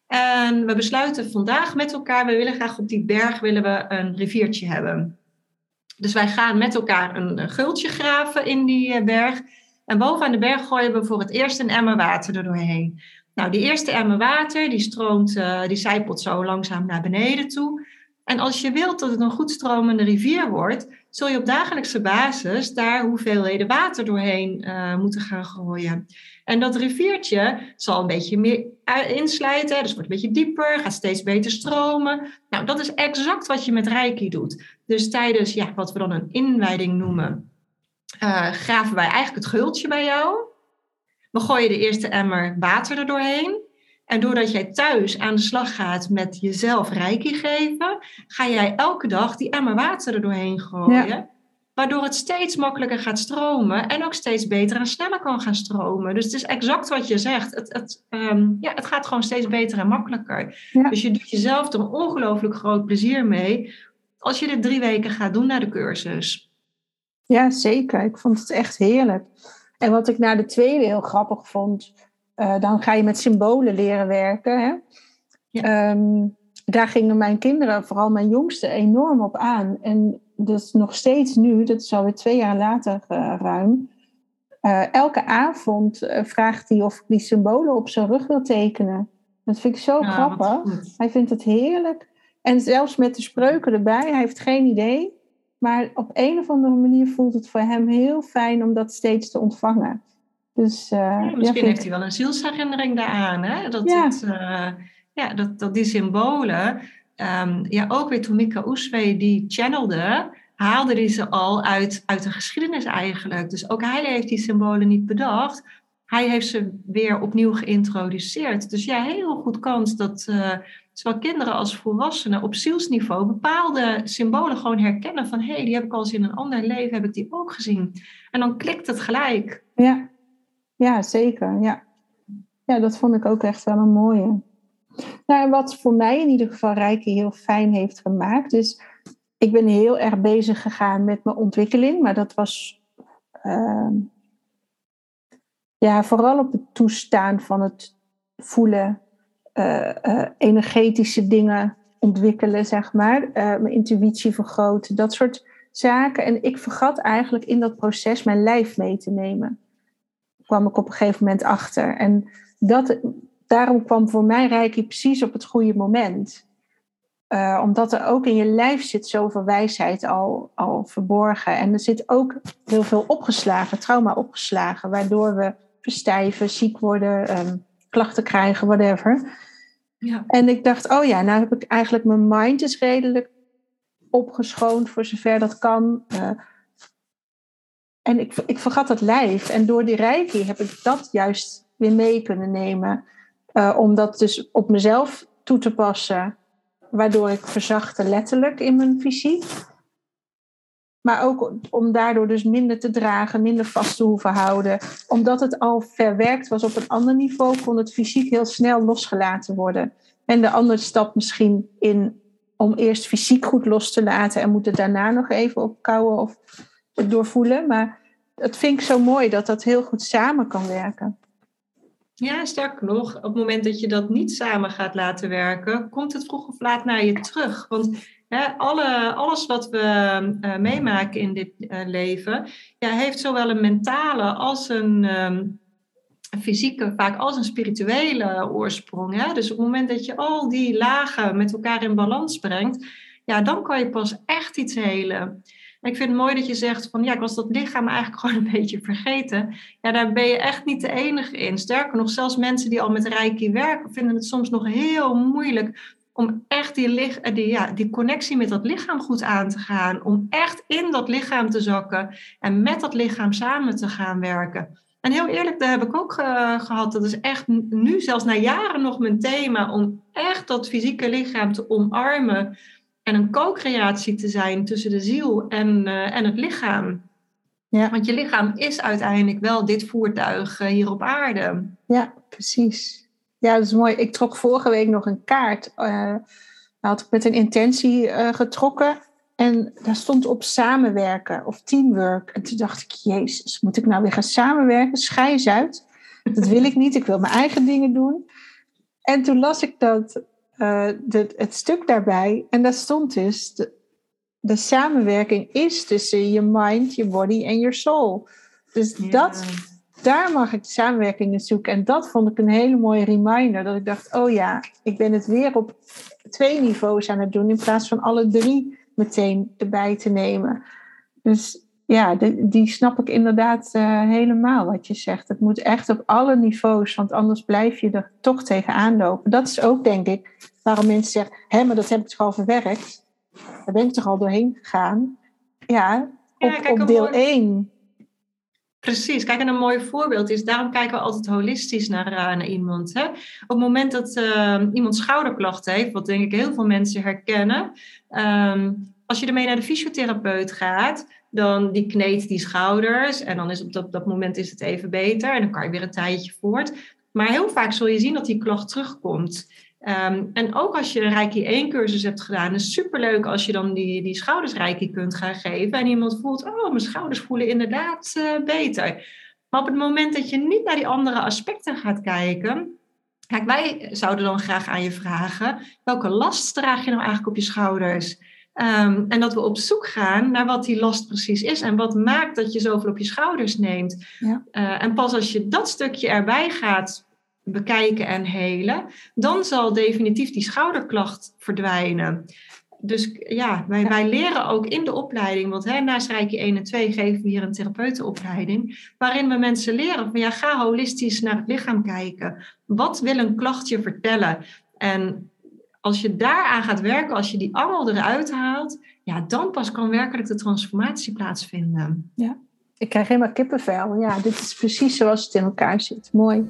En we besluiten vandaag met elkaar, we willen graag op die berg een riviertje hebben. Dus wij gaan met elkaar een gultje graven in die berg. En bovenaan de berg gooien we voor het eerst een emmer water er doorheen. Nou, die eerste emmer water, die sijpelt zo langzaam naar beneden toe. En als je wilt dat het een goed stromende rivier wordt, zul je op dagelijkse basis daar hoeveelheden water doorheen moeten gaan gooien. En dat riviertje zal een beetje meer inslijten, dus wordt een beetje dieper, gaat steeds beter stromen. Nou, dat is exact wat je met Reiki doet. Dus tijdens wat we dan een inwijding noemen, graven wij eigenlijk het gultje bij jou. We gooien de eerste emmer water er doorheen. En doordat jij thuis aan de slag gaat met jezelf Reiki geven, ga jij elke dag die emmer water er doorheen gooien. Ja. Waardoor het steeds makkelijker gaat stromen en ook steeds beter en sneller kan gaan stromen. Dus het is exact wat je zegt. Het gaat gewoon steeds beter en makkelijker. Ja. Dus je doet jezelf er een ongelooflijk groot plezier mee als je dit 3 weken gaat doen naar de cursus. Ja, zeker. Ik vond het echt heerlijk. En wat ik na de tweede heel grappig vond, dan ga je met symbolen leren werken. Hè? Ja. Daar gingen mijn kinderen, vooral mijn jongste, enorm op aan. En dus nog steeds nu, dat is alweer 2 jaar later ruim. Elke avond vraagt hij of ik die symbolen op zijn rug wil tekenen. Dat vind ik zo grappig. Hij vindt het heerlijk. En zelfs met de spreuken erbij, hij heeft geen idee. Maar op een of andere manier voelt het voor hem heel fijn om dat steeds te ontvangen. Dus, misschien heeft hij wel een zielsherinnering daaraan. Hè? Dat die symbolen... ook weer toen Mika Oeswee die channelde, haalde hij ze al uit de geschiedenis eigenlijk. Dus ook hij heeft die symbolen niet bedacht. Hij heeft ze weer opnieuw geïntroduceerd. Dus heel goed kans dat zowel kinderen als volwassenen op zielsniveau bepaalde symbolen gewoon herkennen van die heb ik al eens in een ander leven, heb ik die ook gezien. En dan klikt het gelijk. Ja, zeker. Ja, dat vond ik ook echt wel een mooie. Nou, wat voor mij in ieder geval Reiki heel fijn heeft gemaakt. Dus ik ben heel erg bezig gegaan met mijn ontwikkeling. Maar dat was vooral op het toestaan van het voelen. Energetische dingen ontwikkelen, zeg maar. Mijn intuïtie vergroten. Dat soort zaken. En ik vergat eigenlijk in dat proces mijn lijf mee te nemen. Daar kwam ik op een gegeven moment achter. En daarom kwam voor mij Reiki precies op het goede moment. Omdat er ook in je lijf zit zoveel wijsheid al verborgen. En er zit ook heel veel trauma opgeslagen. Waardoor we verstijven, ziek worden, klachten krijgen, whatever. Ja. En ik dacht, nou heb ik eigenlijk mijn mind is redelijk opgeschoond voor zover dat kan. En ik vergat het lijf. En door die Reiki heb ik dat juist weer mee kunnen nemen. Om dat dus op mezelf toe te passen. Waardoor ik verzachtte letterlijk in mijn fysiek. Maar ook om daardoor dus minder te dragen, minder vast te hoeven houden. Omdat het al verwerkt was op een ander niveau, kon het fysiek heel snel losgelaten worden. En de andere stap misschien in om eerst fysiek goed los te laten en moet het daarna nog even opkouwen of doorvoelen. Maar het vind ik zo mooi dat dat heel goed samen kan werken. Ja, sterker nog, op het moment dat je dat niet samen gaat laten werken, komt het vroeg of laat naar je terug. Want alles wat we meemaken in dit leven, heeft zowel een mentale als een fysieke, vaak als een spirituele oorsprong. Hè? Dus op het moment dat je al die lagen met elkaar in balans brengt, dan kan je pas echt iets helen. Ik vind het mooi dat je zegt van ik was dat lichaam eigenlijk gewoon een beetje vergeten. Ja, daar ben je echt niet de enige in. Sterker nog, zelfs mensen die al met Reiki werken, vinden het soms nog heel moeilijk om echt die connectie met dat lichaam goed aan te gaan. Om echt in dat lichaam te zakken en met dat lichaam samen te gaan werken. En heel eerlijk, daar heb ik ook gehad. Dat is echt nu, zelfs na jaren nog mijn thema, om echt dat fysieke lichaam te omarmen. En een co-creatie te zijn tussen de ziel en het lichaam. Ja. Want je lichaam is uiteindelijk wel dit voertuig hier op aarde. Ja, precies. Ja, dat is mooi. Ik trok vorige week nog een kaart. Had ik met een intentie getrokken. En daar stond op samenwerken of teamwork. En toen dacht ik, jezus, moet ik nou weer gaan samenwerken? Schei eens uit. Dat wil ik niet. Ik wil mijn eigen dingen doen. En toen las ik het stuk daarbij. En daar stond dus, de samenwerking is tussen je mind, je body en je soul. Dus daar mag ik de samenwerking in zoeken. En dat vond ik een hele mooie reminder. Dat ik dacht, oh ja, ik ben het weer op 2 niveaus aan het doen. In plaats van alle 3 meteen erbij te nemen. Dus ja, die snap ik inderdaad helemaal wat je zegt. Het moet echt op alle niveaus. Want anders blijf je er toch tegenaan lopen. Dat is ook, denk ik, waarom mensen zeggen, maar dat heb ik toch al verwerkt. Daar ben ik toch al doorheen gegaan. Ja, op deel 1. Precies, kijk, en een mooi voorbeeld is, daarom kijken we altijd holistisch naar iemand. Hè? Op het moment dat iemand schouderklachten heeft, wat denk ik heel veel mensen herkennen, als je ermee naar de fysiotherapeut gaat, dan die kneedt die schouders en dan is op dat moment is het even beter en dan kan je weer een tijdje voort. Maar heel vaak zul je zien dat die klacht terugkomt. En ook als je een Reiki 1 cursus hebt gedaan, is het superleuk als je dan die schouders Reiki kunt gaan geven. En iemand voelt, mijn schouders voelen inderdaad beter. Maar op het moment dat je niet naar die andere aspecten gaat kijken. Kijk, wij zouden dan graag aan je vragen, welke last draag je nou eigenlijk op je schouders? En dat we op zoek gaan naar wat die last precies is. En wat maakt dat je zoveel op je schouders neemt. Ja. En pas als je dat stukje erbij gaat bekijken en helen, dan zal definitief die schouderklacht verdwijnen. Dus ja, wij leren ook in de opleiding, want naast Reiki 1 en 2 geven we hier een therapeutenopleiding, waarin we mensen leren van ga holistisch naar het lichaam kijken. Wat wil een klacht je vertellen? En als je daaraan gaat werken, als je die angel eruit haalt, dan pas kan werkelijk de transformatie plaatsvinden. Ja, ik krijg helemaal kippenvel. Ja, dit is precies zoals het in elkaar zit. Mooi.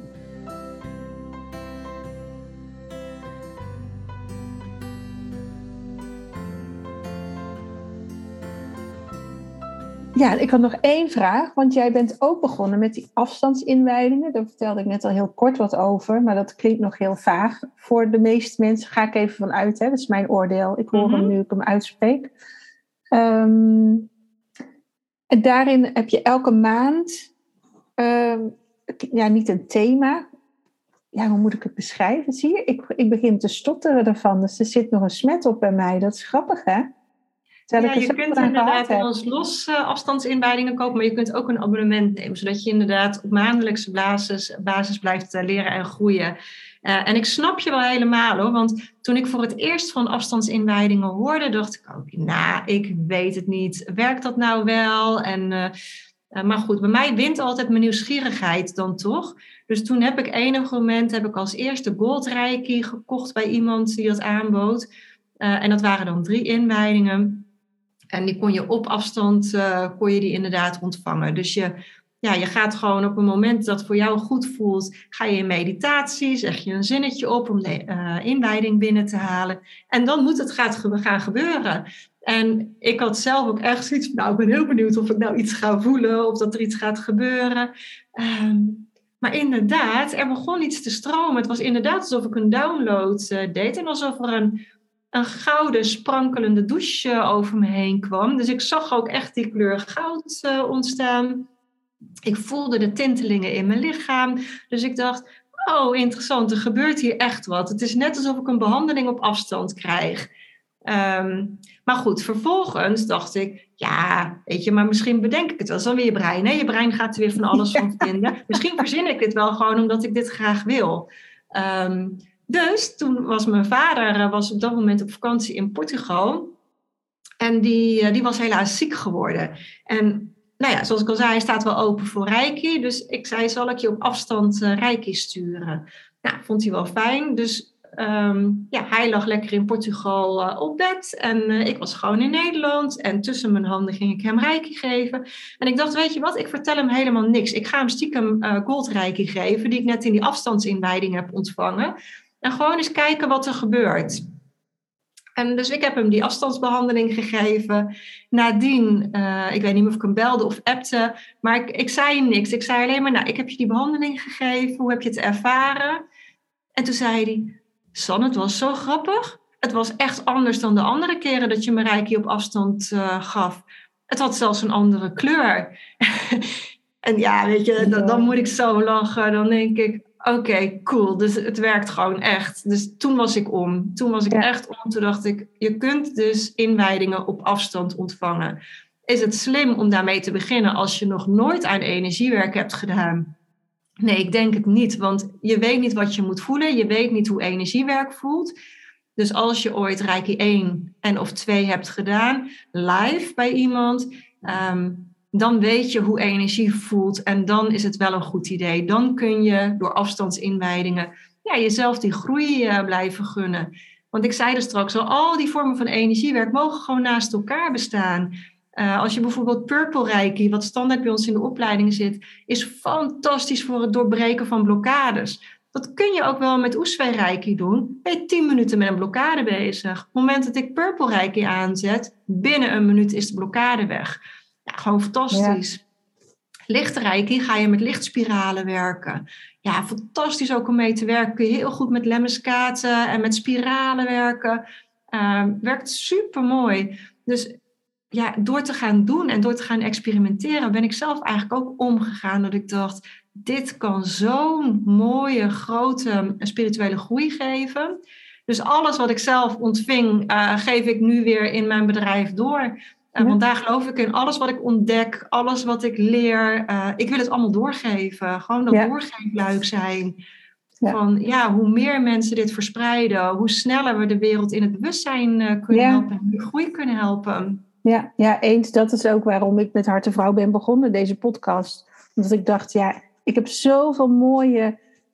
Ja, ik had nog 1 vraag, want jij bent ook begonnen met die afstandsinwijdingen. Daar vertelde ik net al heel kort wat over, maar dat klinkt nog heel vaag. Voor de meeste mensen ga ik even van uit, dat is mijn oordeel. Ik hoor hem nu ik hem uitspreek. En daarin heb je elke maand, niet een thema. Ja, hoe moet ik het beschrijven? Zie je, ik begin te stotteren ervan, dus er zit nog een smet op bij mij. Dat is grappig, hè? Je kunt inderdaad in ons los afstandsinwijdingen kopen, maar je kunt ook een abonnement nemen, zodat je inderdaad op maandelijkse basis blijft leren en groeien. En ik snap je wel helemaal hoor, want toen ik voor het eerst van afstandsinwijdingen hoorde, dacht ik ook, ik weet het niet. Werkt dat nou wel? Maar goed, bij mij wint altijd mijn nieuwsgierigheid dan toch. Dus toen heb ik enig moment als eerste Gold Reiki gekocht bij iemand die dat aanbood. En dat waren dan 3 inwijdingen. En die kon je op afstand, kon je die inderdaad ontvangen. Dus je gaat gewoon op een moment dat voor jou goed voelt, ga je in meditatie, zeg je een zinnetje op om de inwijding binnen te halen. En dan moet het gaan gebeuren. En ik had zelf ook echt zoiets van, ik ben heel benieuwd of ik nou iets ga voelen, of dat er iets gaat gebeuren. Maar inderdaad, er begon iets te stromen. Het was inderdaad alsof ik een download deed en alsof er een gouden sprankelende douche over me heen kwam. Dus ik zag ook echt die kleur goud ontstaan. Ik voelde de tintelingen in mijn lichaam. Dus ik dacht, interessant, er gebeurt hier echt wat. Het is net alsof ik een behandeling op afstand krijg. Maar goed, vervolgens dacht ik, maar misschien bedenk ik het wel. Dat is dan weer je brein. Hè? Je brein gaat er weer van alles van vinden. Misschien verzin ik dit wel gewoon omdat ik dit graag wil. Dus toen was mijn vader op dat moment op vakantie in Portugal. En die was helaas ziek geworden. En zoals ik al zei, hij staat wel open voor Reiki. Dus ik zei, zal ik je op afstand Reiki sturen? Vond hij wel fijn. Dus hij lag lekker in Portugal op bed. En ik was gewoon in Nederland. En tussen mijn handen ging ik hem Reiki geven. En ik dacht, weet je wat, ik vertel hem helemaal niks. Ik ga hem stiekem Gold Reiki geven, die ik net in die afstandsinwijding heb ontvangen. En gewoon eens kijken wat er gebeurt. En dus ik heb hem die afstandsbehandeling gegeven. Nadien, ik weet niet meer of ik hem belde of appte. Maar ik zei niks. Ik zei alleen maar, ik heb je die behandeling gegeven. Hoe heb je het ervaren? En toen zei hij, San, het was zo grappig. Het was echt anders dan de andere keren dat je me Reiki op afstand gaf. Het had zelfs een andere kleur. En weet je, dan moet ik zo lachen. Dan denk ik, oké, cool. Dus het werkt gewoon echt. Dus toen was ik om. Toen was ik echt om. Toen dacht ik, je kunt dus inwijdingen op afstand ontvangen. Is het slim om daarmee te beginnen als je nog nooit aan energiewerk hebt gedaan? Nee, ik denk het niet. Want je weet niet wat je moet voelen. Je weet niet hoe energiewerk voelt. Dus als je ooit Reiki 1 en of 2 hebt gedaan, live bij iemand, dan weet je hoe energie voelt. En dan is het wel een goed idee. Dan kun je door afstandsinwijdingen jezelf die groei blijven gunnen. Want ik zei er straks al die vormen van energiewerk mogen gewoon naast elkaar bestaan. Als je bijvoorbeeld Purple Reiki, wat standaard bij ons in de opleiding zit, is fantastisch voor het doorbreken van blokkades. Dat kun je ook wel met Oeswei Reiki doen. Ben je 10 minuten met een blokkade bezig. Op het moment dat ik Purple Reiki aanzet, binnen een minuut is de blokkade weg. Ja, gewoon fantastisch. Ja. Licht Reiki ga je met lichtspiralen werken. Ja, fantastisch ook om mee te werken. Kun je heel goed met lemmiskaten en met spiralen werken. Werkt super mooi. Dus ja, door te gaan doen en door te gaan experimenteren, ben ik zelf eigenlijk ook omgegaan. Dat ik dacht, dit kan zo'n mooie, grote spirituele groei geven. Dus alles wat ik zelf ontving, geef ik nu weer in mijn bedrijf door. Want daar geloof ik in. Alles wat ik ontdek, alles wat ik leer, ik wil het allemaal doorgeven. Gewoon dat doorgeefluik zijn. Ja. Van hoe meer mensen dit verspreiden, hoe sneller we de wereld in het bewustzijn kunnen helpen. En de groei kunnen helpen. Ja, eens. Dat is ook waarom ik met Hart en Vrouw ben begonnen, deze podcast. Omdat ik dacht, ik heb zoveel mooie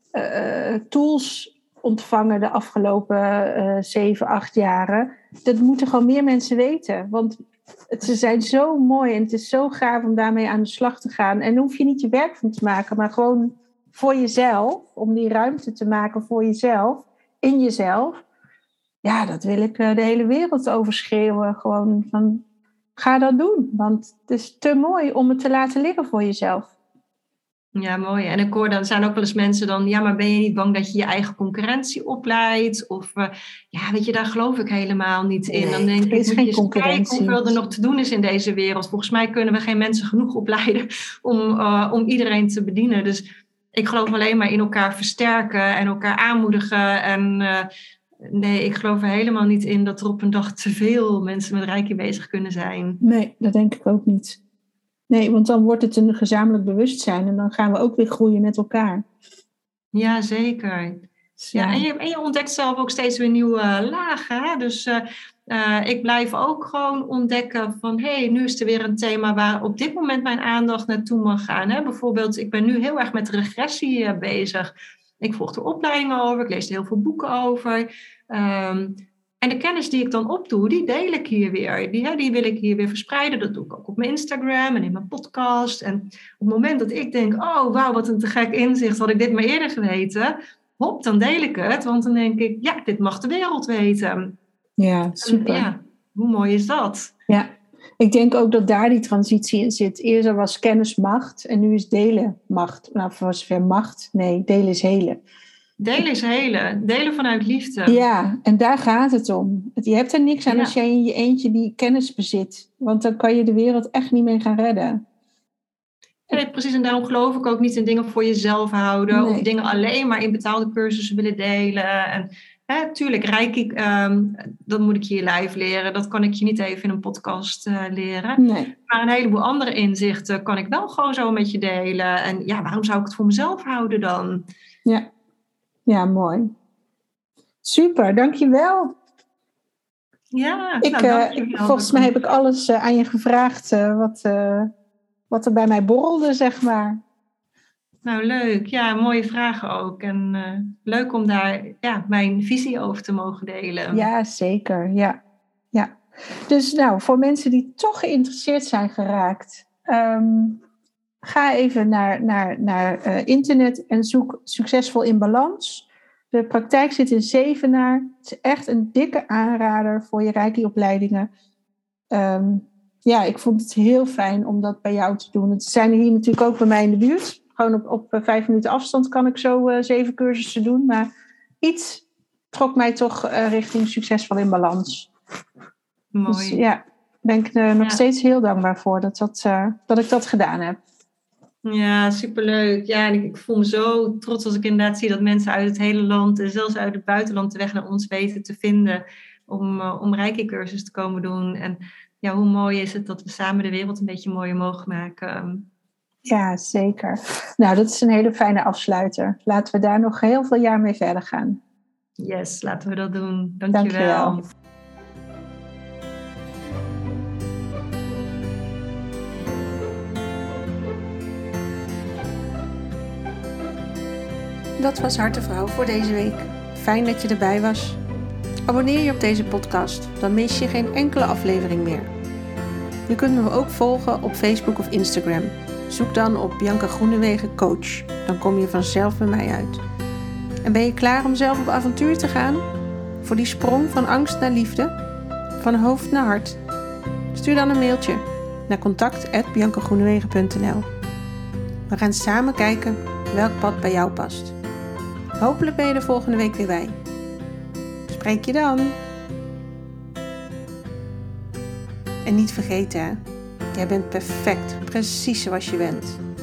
tools ontvangen de afgelopen 7, 8 jaren. Dat moeten gewoon meer mensen weten. Want ze zijn zo mooi en het is zo gaaf om daarmee aan de slag te gaan. En daar hoef je niet je werk van te maken, maar gewoon voor jezelf. Om die ruimte te maken voor jezelf, in jezelf. Ja, dat wil ik de hele wereld overschreeuwen. Gewoon van, ga dat doen. Want het is te mooi om het te laten liggen voor jezelf. Ja, mooi. En ik hoor, dan zijn ook wel eens mensen dan, maar ben je niet bang dat je je eigen concurrentie opleidt? Of, weet je, daar geloof ik helemaal niet in. Dan denk ik, moet je eens kijken hoeveel er nog te doen is in deze wereld. Volgens mij kunnen we geen mensen genoeg opleiden om iedereen te bedienen. Dus ik geloof alleen maar in elkaar versterken en elkaar aanmoedigen. En nee, ik geloof er helemaal niet in dat er op een dag te veel mensen met Reiki bezig kunnen zijn. Nee, dat denk ik ook niet. Nee, want dan wordt het een gezamenlijk bewustzijn en dan gaan we ook weer groeien met elkaar. Ja, zeker. Ja, en je ontdekt zelf ook steeds weer nieuwe lagen. Hè? Dus ik blijf ook gewoon ontdekken van, nu is er weer een thema waar op dit moment mijn aandacht naartoe mag gaan. Hè? Bijvoorbeeld, ik ben nu heel erg met regressie bezig. Ik volg er opleidingen over, ik lees er heel veel boeken over. En de kennis die ik dan opdoe, die deel ik hier weer. Die wil ik hier weer verspreiden. Dat doe ik ook op mijn Instagram en in mijn podcast. En op het moment dat ik denk, oh wauw, wat een te gek inzicht, had ik dit maar eerder geweten. Hop, dan deel ik het. Want dan denk ik, dit mag de wereld weten. Ja, super. En, hoe mooi is dat? Ja, ik denk ook dat daar die transitie in zit. Eerder was kennis macht en nu is delen macht. Nou, voor zover macht, nee, delen is helen. Delen is helen. Delen vanuit liefde. Ja, en daar gaat het om. Je hebt er niks aan als jij in je eentje die kennis bezit. Want dan kan je de wereld echt niet mee gaan redden. Nee, precies. En daarom geloof ik ook niet in dingen voor jezelf houden. Nee. Of dingen alleen maar in betaalde cursussen willen delen. En tuurlijk, Reiki, dat moet ik je live leren. Dat kan ik je niet even in een podcast leren. Nee. Maar een heleboel andere inzichten kan ik wel gewoon zo met je delen. En waarom zou ik het voor mezelf houden dan? Ja, mooi. Super, dankjewel. Ja, dankjewel. Volgens mij heb ik alles aan je gevraagd wat er bij mij borrelde, zeg maar. Nou, leuk. Ja, mooie vragen ook. En leuk om daar mijn visie over te mogen delen. Ja, zeker. Ja. Dus voor mensen die toch geïnteresseerd zijn geraakt, ga even naar internet en zoek Succesvol in Balans. De praktijk zit in Zevenaar. Het is echt een dikke aanrader voor je Reiki-opleidingen. Ik vond het heel fijn om dat bij jou te doen. Het zijn hier natuurlijk ook bij mij in de buurt. Gewoon op 5 minuten afstand kan ik zo 7 cursussen doen. Maar iets trok mij toch richting Succesvol in Balans. Mooi. Dus ben ik nog steeds heel dankbaar voor dat ik dat gedaan heb. Ja, superleuk. Ja, en ik voel me zo trots als ik inderdaad zie dat mensen uit het hele land en zelfs uit het buitenland de weg naar ons weten te vinden om Reiki-cursus te komen doen. En ja, hoe mooi is het dat we samen de wereld een beetje mooier mogen maken. Ja, zeker. Nou, dat is een hele fijne afsluiter. Laten we daar nog heel veel jaar mee verder gaan. Yes, laten we dat doen. Dankjewel. Dat was Hartevrouw voor deze week. Fijn dat je erbij was. Abonneer je op deze podcast, dan mis je geen enkele aflevering meer. Je kunt me ook volgen op Facebook of Instagram. Zoek dan op Bianca Groenewegen Coach. Dan kom je vanzelf bij mij uit. En ben je klaar om zelf op avontuur te gaan? Voor die sprong van angst naar liefde? Van hoofd naar hart? Stuur dan een mailtje naar contact@biancagroenewegen.nl. We gaan samen kijken welk pad bij jou past. Hopelijk ben je er volgende week weer bij. Spreek je dan. En niet vergeten, hè? Jij bent perfect, precies zoals je bent.